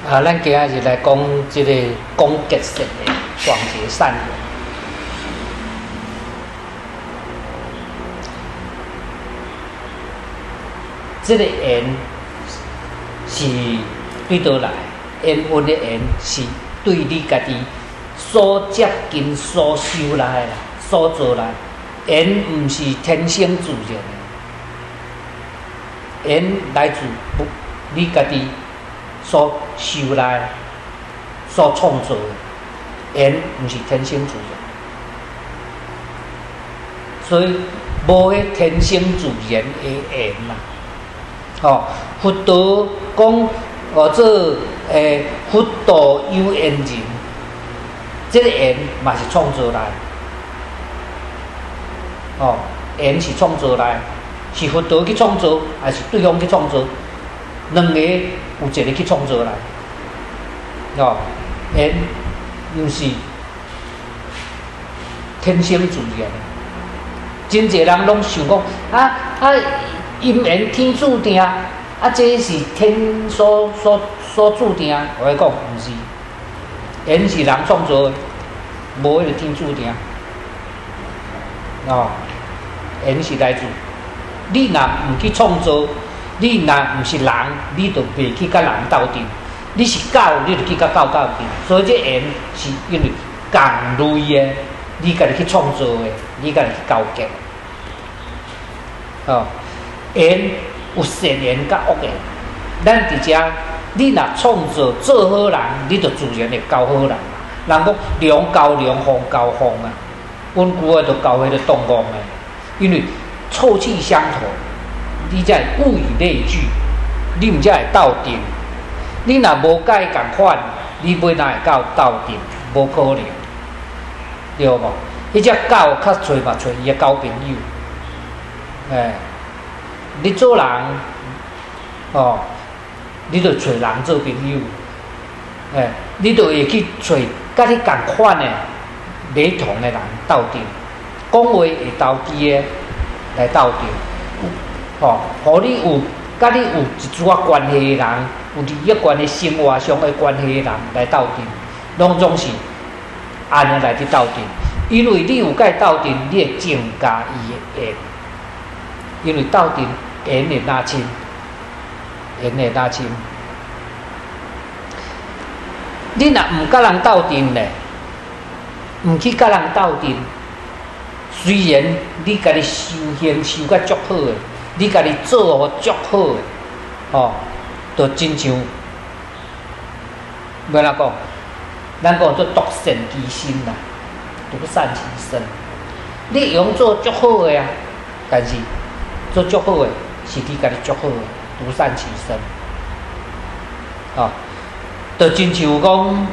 咱今仔日来讲这个广结善缘，广结善缘。这个缘是对倒来，缘分的缘是对你家己所接近、所修来的、所做来。缘不是天生自然的，缘来自你家己所修来、所创造的。缘不是天生自然，所以无迄天生自然的缘啦。佛陀讲做佛道有缘人，这个缘嘛是创造来。缘是创造来，是佛陀去创造，还是对方去创造？两个有一个去创造来。缘又是天生自然的。真侪人拢想讲因缘天注定，这是天所注定。我来讲，不是，缘是人创造的，无迄个天注定。缘是来自你若唔去创造，你若唔是人，你就袂去甲人斗阵；你是狗，你就去甲狗斗阵。所以这缘是因为同类的，你家己去创造的，你家己去交结。缘有善缘甲恶缘，咱伫遮，你若创造做好人，你就自然会交好人。人讲良交良，凤交凤啊，阮旧个就交迄个动物的，因为臭气相投，你才会物以类聚，你毋才会斗阵。你若无甲伊共款，你要哪会到斗阵？无可能，对无？迄只狗较找嘛找伊个交朋友，你做人，你就找人做朋友，你就会去找甲你共款的、雷同的人斗阵，讲话会投机的来斗阵，互你有甲你有一组啊关系的人，有利益关系、生活上的关系的人来斗阵，拢总是安尼来去斗阵，因为你有甲伊斗阵，你会增加伊的缘。因为斗阵缘会拉亲，缘会拉亲。你若唔甲人斗阵咧，唔去甲人斗阵，虽然你家己修行修甲足好诶，你家己做好足好诶，就真像要哪讲？咱讲做独善其身啦，独善其身。你用做足好诶啊，但是做足好诶，是你家己足好诶，独善其身。就真像讲，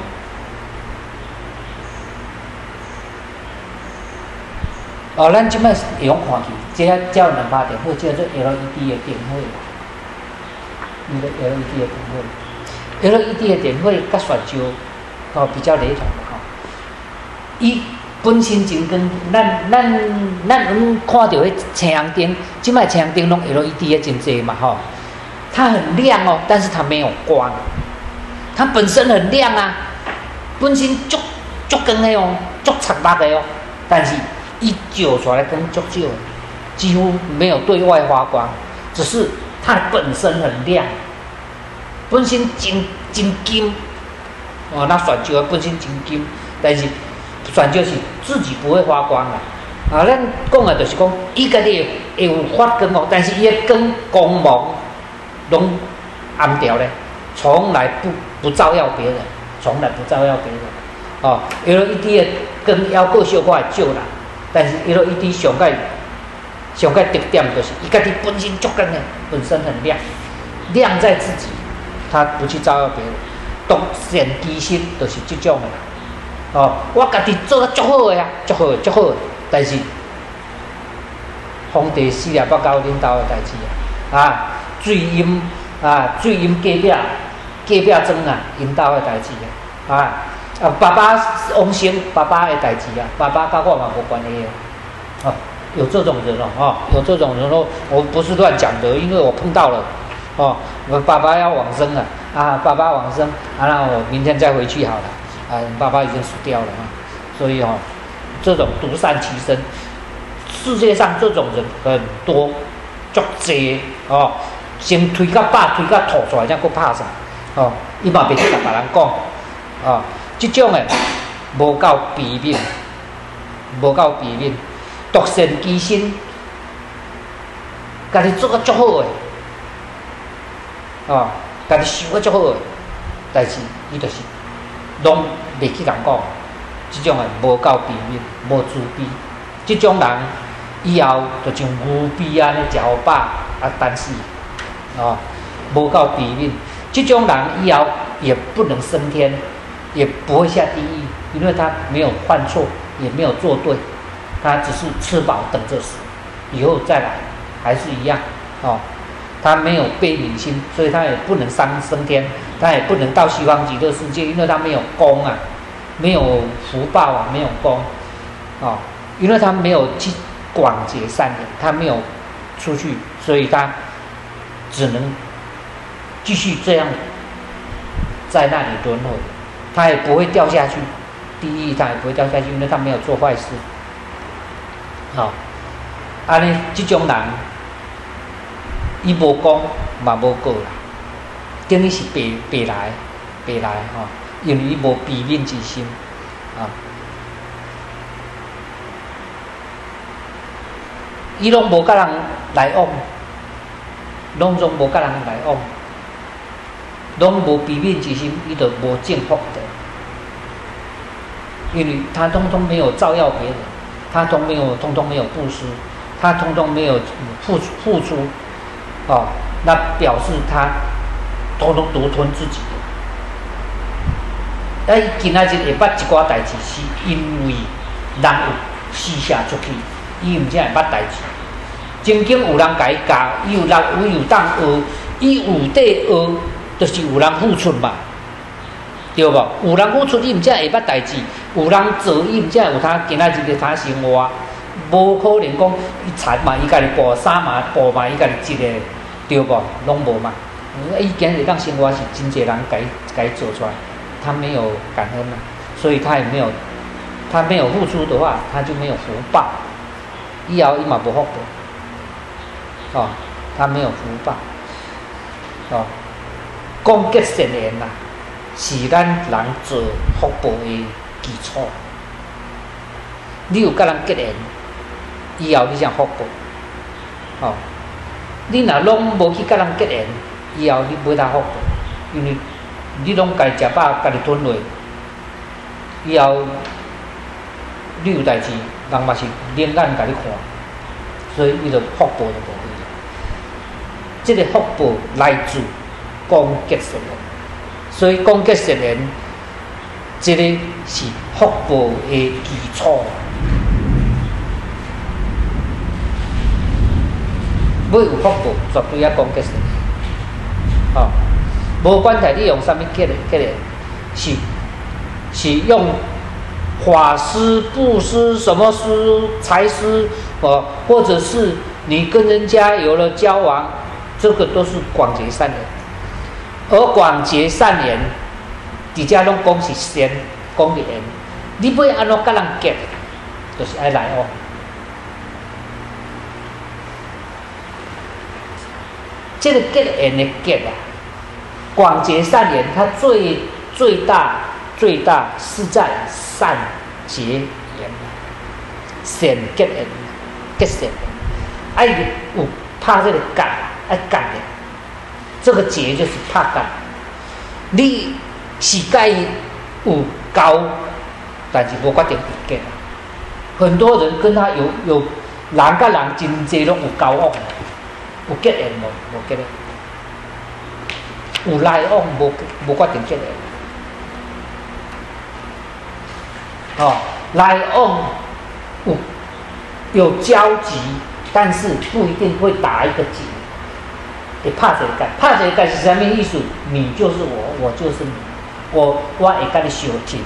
咱即摆会用看去，这有两把电火，叫做 LED 的电火。你的 LED 的电火 ，LED 的电火甲旋焦，比较雷同伊本身真光，咱看到迄青红灯，即摆青红灯拢 LED 的真济嘛它很亮但是它没有光，它本身很亮啊，本身足光的足赤目的但是一照出来光足少，几乎没有对外发光，只是它本身很亮，本身真金，那旋焦本身真金，但是旋焦是自己不会发光咱讲的就是讲，伊家己会有发光但是伊的光芒拢暗掉咧，从来不照耀别人，从来不照耀别人。LED 的光还阁小可会照人，但是 LED 上个特点就是伊家己本身足光的，本身很亮，亮在自己，他不去照耀别人。独善其身就是这种的。我家己做得足好的足好的，但是皇帝4廿8九恁兜的代志水淹隔壁庄因兜的代志爸爸往生爸爸的代志爸爸跟我嘛无关系有这种人有这种人我不是乱讲的，因为我碰到了我爸爸要往生啊，爸爸往生啊，那我明天再回去好了啊，爸爸已经死掉了啊，所以这种独善其身，世界上这种人很多，足多哦，先推到饱，推到吐出来，才佫拍啥哦，伊嘛袂去甲别人讲哦，这种诶无够悲悯，无够悲悯，独善其身，家己做个足好诶，哦，家己想个足好诶，但是伊就是拢袂去人讲，这种诶无够悲悯，无慈悲，这种人以后就像牛逼安尼食好饱啊，等死哦，无够悲悯，这种人以后也不能升天，也不会下地狱，因为他没有犯错，也没有做对，他只是吃饱等着死，以后再来还是一样哦。他没有悲悯心，所以他也不能升天，他也不能到西方极乐世界，因为他没有功啊，没有福报啊，没有功哦，因为他没有去广结善缘，他没有出去，所以他只能继续这样在那里轮回，他也不会掉下去地狱，他也不会掉下去，因为他没有做坏事。好，安尼这种人，伊无功嘛无果啦，等于是白来吼，因为伊无悲悯之心啊，伊拢无甲人来往，拢无甲人来往。拢无悲悯之心，伊就无正福的，因为他通通没有照耀别人，他通通没有布施，他通通没有付出，哦，那表示他通通独吞自己的。哎，今仔日会捌一寡代志，是因为人有施舍出去，伊毋才会捌代志。曾经有人甲伊教，伊有当学，伊有底学。就是有人付出嘛，对无？有人付出，伊毋才会捌代志；有人做，伊毋才有他今仔日的他生活。无可能讲伊田嘛，伊家己布衫嘛，布嘛，伊家己织的，对无？拢无嘛。伊今日当生活是真侪人甲伊做出来，他没有感恩嘛，所以他也没有，他没有付出的话，他就没有福报。以后伊嘛无福报，哦，他没有福报，哦。讲结善缘啦，是咱人做福报的基础。你有甲人结缘，以后你才福报。哦，你若拢无去甲人结缘，以后你袂当福报，因为你拢家己食饱，家己吞落，以后你有代志，人嘛是冷眼甲你看，所以伊就福报就无去。这个福报来自公结善缘，所以公结善缘，这个是福报的基础。要有福报，绝对要公结善缘。哦，无管台你用什么结缘，是用法师、布施、什么施、财施，哦，或者是你跟人家有了交往，这个都是广结善缘。而广结善缘，伫遮拢讲是善，讲缘。你要安怎甲人结，就是爱来往。这个结缘的结啊，广结善缘，它最大是在善结缘，善结缘，结善缘，爱有拍这个结，爱结的。这个结就是拍结，你是甲伊有交，但是无决定有结。很多人跟他有人甲人真侪拢有交往，有结缘无结缘，有来往无决定结缘。哦，来往有交集，但是不一定会打一个结。会拍一个结，拍一个结是啥物意思？你就是我，我就是你，我会甲你相近。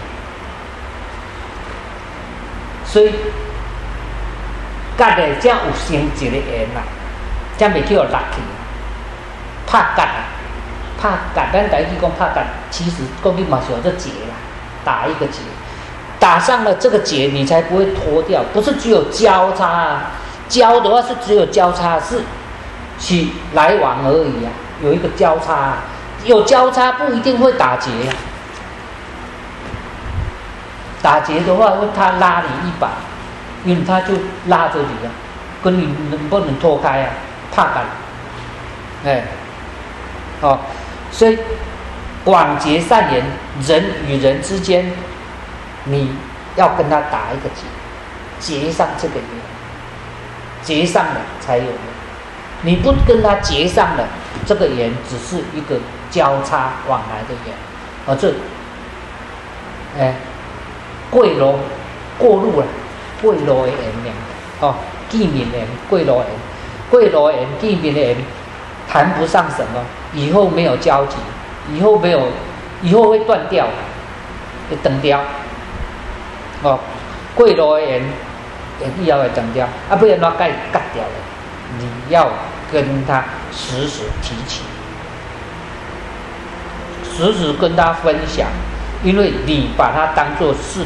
所以，结的才有生一个缘啦，才袂去互落去。拍拍杆，咱台语讲拍杆，其实讲你嘛是有这结啦，打一个结，打上了这个结，你才不会脱掉。不是只有交叉啊，交的话是只有交叉，是来往而已啊，有一个交叉啊，有交叉不一定会打结啊。打结的话，会他拉你一把，因为他就拉着你啊，跟你能不能脱开啊？怕感，哦，所以广结善缘，人与人之间，你要跟他打一个结，结上这个缘，结上了才有缘。你不跟他结上了，这个缘只是一个交叉往来的缘，而这，过路了，过路的缘哦，见面的缘，过路的缘，过路的缘，见面的缘，谈不上什么，以后没有交集，以后会断掉，会断掉，哦，过路的缘，以后会断掉，啊，不然哪该割掉了？你要跟他时时提起，时时跟他分享。因为你把它当作是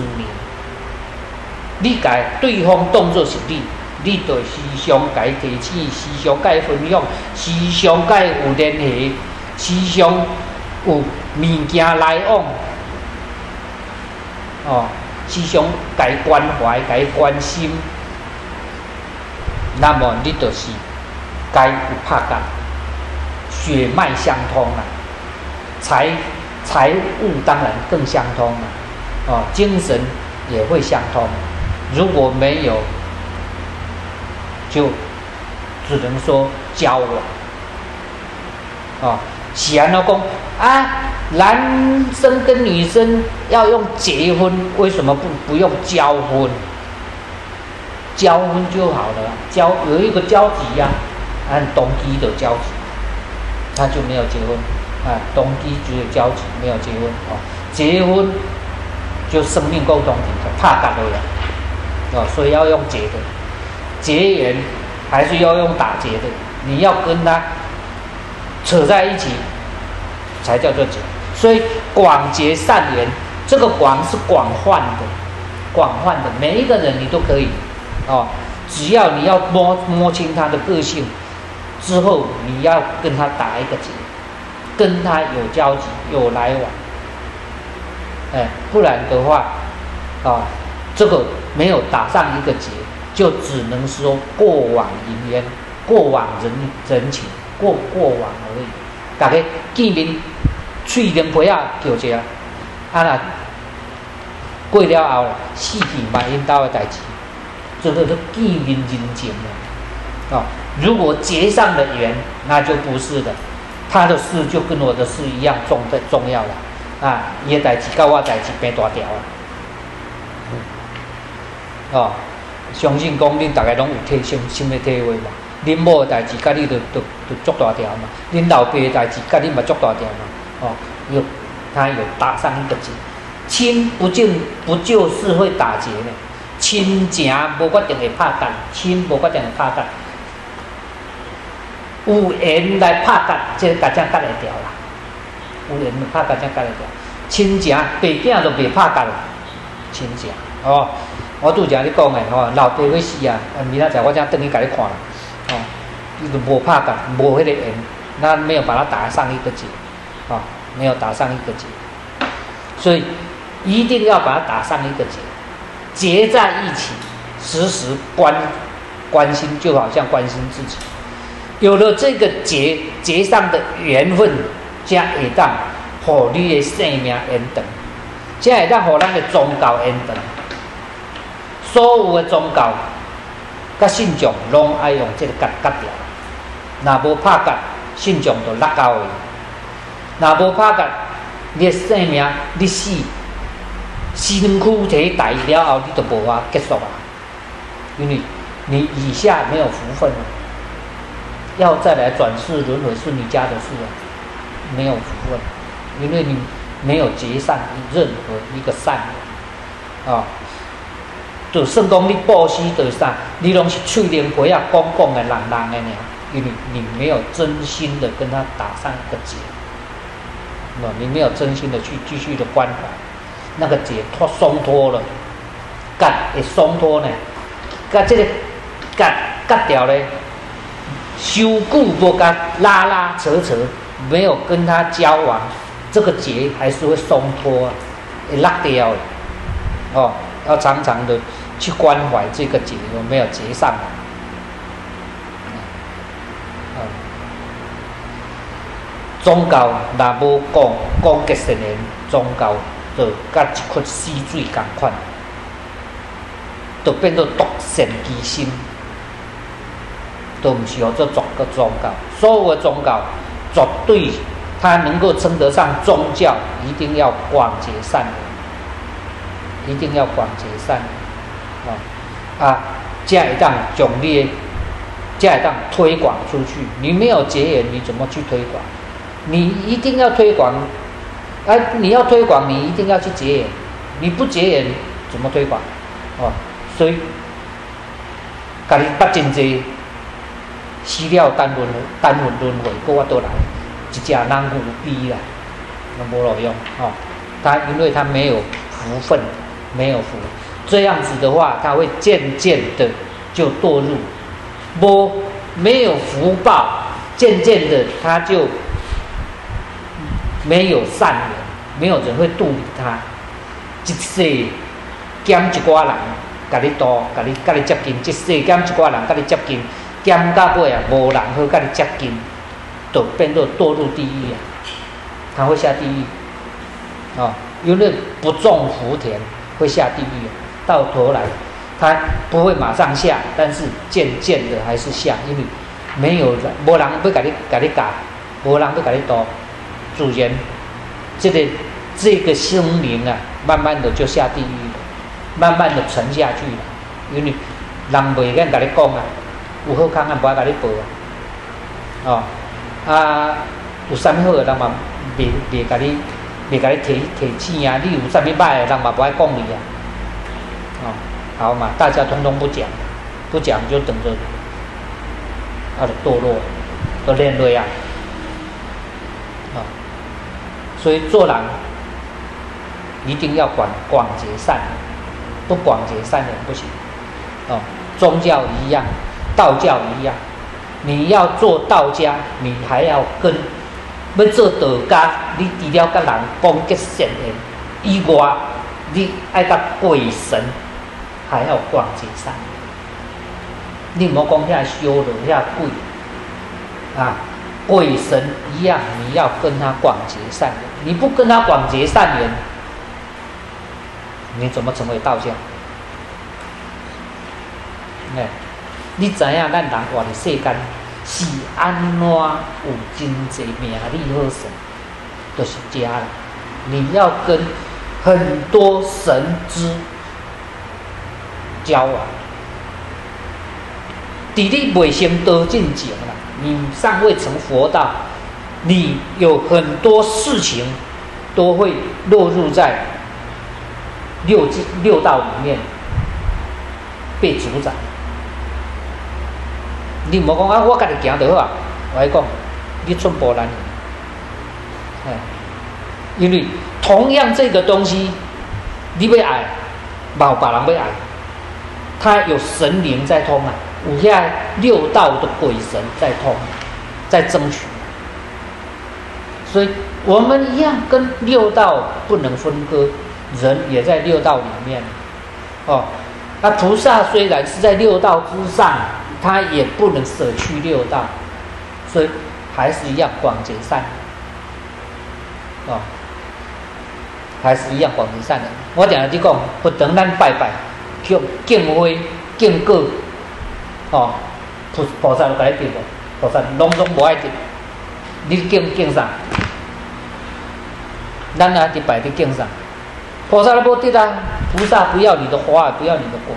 你把对方当作是你就时常甲伊提起，时常甲伊分享，时常甲伊有联系，时常有物件来往，哦，时常甲伊关怀，甲伊关心，那么你就是甲伊有拍感，血脉相通啊，财务当然更相通了，哦，精神也会相通。如果没有，就只能说交往。哦，喜安老公啊，男生跟女生要用结婚，为什么不用交婚？交婚就好了，有一个交集呀，按动机的交集，他就没有结婚。动机只有交集，没有结婚哦。结婚就生命沟通体，就怕感的人哦，所以要用结的，结缘还是要用打结的。你要跟他扯在一起，才叫做结。所以广结善缘，这个广是广泛的，每一个人你都可以哦，只要你要摸清他的个性之后，你要跟他打一个结。跟他有交集，有来往，不然的话，这个没有打上一个结，就只能说过往云烟，过往人情，过往而已。大家见面，嘴能皮啊叫一下，那过了后，死去嘛因兜的代志，这个是见面人情了。如果结上了缘，那就不是的。他的事就跟我的事一样重要了，伊的代志跟我的代志变大条了，相信讲恁大家拢有心的体会嘛。恁某的代志跟你就足大条嘛，恁老爸的代志跟你嘛足大条嘛，他有打上一个结，亲不就是会打结呢？亲情无决定会拍干，亲无决定会拍干。有缘来拍干，这个才干会掉啦。有缘拍干才干会掉。亲情爸囝都袂拍干啦，亲情哦。我拄则你讲的老爸要死啊，明仔载我才等去甲你看啦。你都无拍干，无迄个缘，那没有把它打上一个结，没有打上一个结，所以一定要把它打上一个结，结在一起，时时关心，就好像关心自己。有了这个结上的缘分，才会当互你的生命延长，才会当互咱的宗教延长。所有的宗教甲信众拢爱用这个割掉，若无拍割，信众就落到去；若无拍割，你的生命你身躯体大了后，你就无法结束啊，因为你以下没有福分了。要再来转世轮回是你家的事啊，没有福分，因为你没有结善任何一个善缘就算讲你布施的啥，你拢是嘴灵皮啊讲的人的尔，因为你没有真心的跟他打上一个结， 你没有真心的去继续的关怀，那个结松脱了，结会松脱呢，甲这个结掉呢，修久无甲拉拉扯扯，没有跟他交往，这个结还是会松脱啊，会落掉的。哦，要常常的去关怀这个结有没有结上来。宗教若无讲结善缘，宗教就甲一窟死水共款，就变做独善其身，都不是叫做宗教。所有的宗教绝对，它能够称得上宗教，一定要广结善缘，一定要广结善缘才会当将你的，才会当推广出去。你没有结缘，你怎么去推广？你一定要推广，你要推广，你一定要去结缘，你不结缘怎么推广？所以，家己捌真济死了单魂轮回，搁我倒来，一只人无逼啦，那无路用他因为他没有福分，没有福，这样子的话，他会渐渐的就堕入，没有福报，渐渐的他就没有善缘，没有人会度理他。一世减一寡人，甲你度，甲你接近；一世减一寡人，甲你接近，减到尾无人好甲你接近，就变作堕入地狱啊！他会下地狱因为不种福田会下地狱到头来他不会马上下，但是渐渐的还是下，因为没有人，无人要甲你教，无人要甲你度。自然，这个心灵慢慢的就下地狱了，慢慢的沉下去了。因为人袂敢甲你讲有好康无爱甲你报有啥物好的人嘛袂甲你提醒你有啥物歹的人嘛不爱讲你好嘛，大家通通不讲就等着就堕落，都连累所以做人一定要广结善缘，不广结善缘不行宗教一样，道教一样，你要做道家，你还要做道家，你除了跟人讲结善缘以外，你爱甲鬼神还要广结善缘。你唔好讲遐修罗遐鬼鬼神一样，你要跟他广结善缘。你不跟他广结善缘，你怎么成为道教？你知影咱人活的世间是安怎有真济名利好神，就是这啦。你要跟很多神之交往，在你未成道进前啦，你尚未成佛道，你有很多事情都会落入在六道里面被主宰。你唔好讲我家己行就好我来讲，你寸步难行。因为同样这个东西，你要爱，冇别人要爱，他有神灵在通有遐六道的鬼神在通，在争取。所以我们一样跟六道不能分割，人也在六道里面菩萨虽然是在六道之上，他也不能舍去六道，所以还是一样广结善还是一样广结善的。我常常去讲，不等咱拜拜，敬花敬果菩萨就甲你得菩萨拢无爱得，你敬啥？咱去拜你敬啥？菩萨都无得菩萨不要你的花，不要你的果。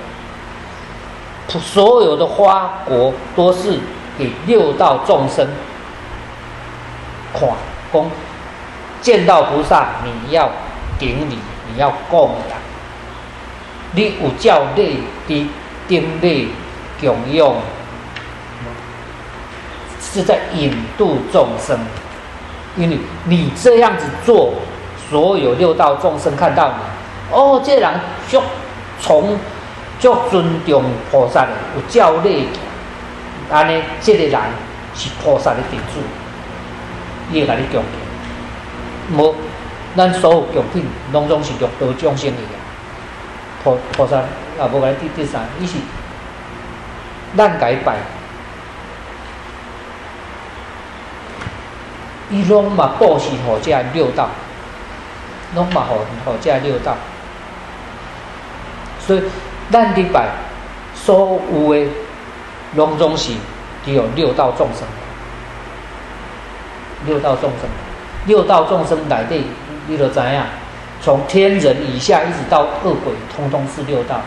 所有的花果都是给六道众生看，讲见到菩萨，你要顶礼，你要供养，你有教礼的顶礼供养，是在引渡众生， 因为你这样子做，所有六道众生看到你，哦，这人足尊重菩萨的，有教礼，安尼这个人是菩萨的弟子，伊会甲你恭敬。无，咱所有供品拢总是六道众生的，菩萨也无甲你滴啥，伊是咱甲伊拜。伊拢嘛布施互遮六道，拢嘛互遮六道，所以咱伫拜所有的拢总是只有六道众生，六道众生，六道众生内底，你就知影，从天人以下一直到恶鬼，通通是六道。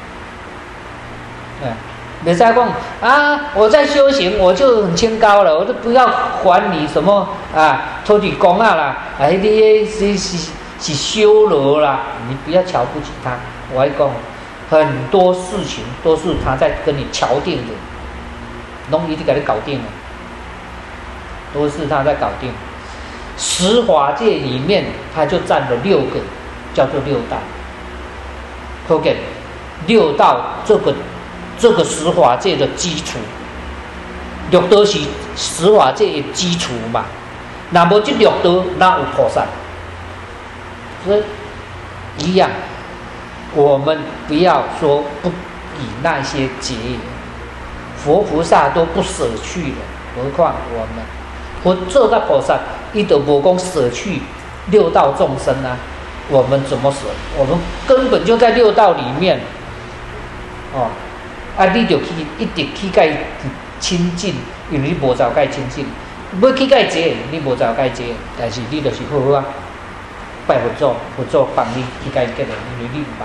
别再讲啊！我在修行，我就很清高了，我就不要还你什么啊，土地公啊啦，哎，你是修罗啦，你不要瞧不起他。我还讲，很多事情都是他在跟你敲定的，拢一定给你搞定了，都是他在搞定。十法界里面，他就占了6个，叫做六道。可见六道这个十法界的基础，六道是十法界的基础嘛。那么这六道哪有菩萨？所以一样，我们不要说不以那些结缘，佛菩萨都不舍去了，何况我们？佛做个菩萨，伊都无讲舍去六道众生啊，我们怎么舍？我们根本就在六道里面，哦。啊，你就一直去甲伊亲近，因为你无走甲伊亲近，要去甲伊结，你无走甲伊结，但是你就是好好啊，拜佛祖，佛祖帮你去甲伊结的，因为你唔捌。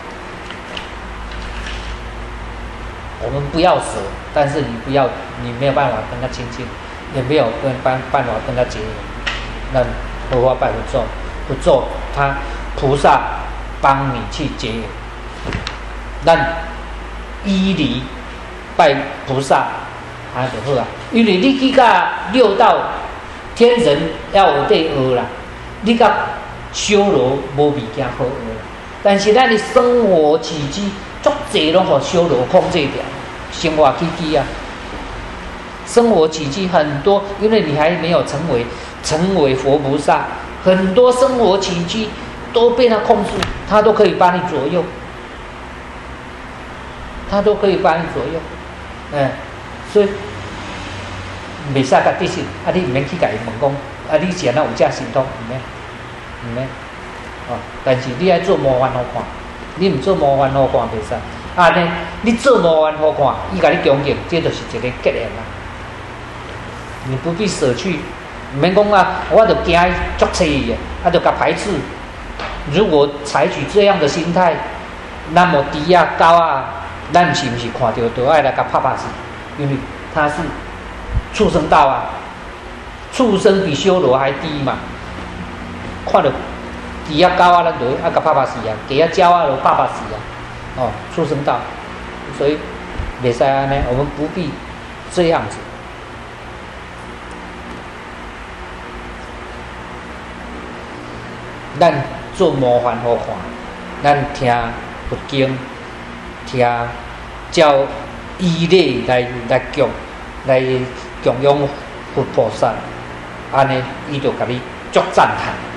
我们不要舍，但是你没有办法跟他亲近，也没有办法跟他结缘，那何况拜佛祖，佛祖他菩萨帮你去结缘，那。依理拜菩萨，啊就好啊。因为你去甲六道天人要有得学啦，你甲修罗无物件好学啦。但是咱的生活起居足侪拢互修罗控制掉，生活起居啊，生活起居很多，因为你还没有成为佛菩萨，很多生活起居都被他控制，他都可以把你左右。他都可以帮你左右，所以袂使甲得失，啊，你唔免去甲伊问讲，啊，你是安怎有遮心痛，唔免，哦，但是你爱做模范好看，你唔做模范好看袂使，啊呢，你做模范好看，伊甲你恭敬，这就是一个结缘啦。你不必舍去，唔免讲啊，我就惊足气嘅，啊，就甲排斥。如果采取这样的心态，那么猪啊、狗啊。咱是不是看到都爱来甲拍死？因为他是畜生道啊，畜生比修罗还低嘛。看到鸡啊、狗啊，咱就爱甲拍死啊；鸡啊、鸟啊，就拍死啊。哦，畜生道，所以袂使安尼，我们不必这样子。咱做模范好看，咱听佛经。听照依理来供养佛菩萨，安尼伊就甲你足赞叹。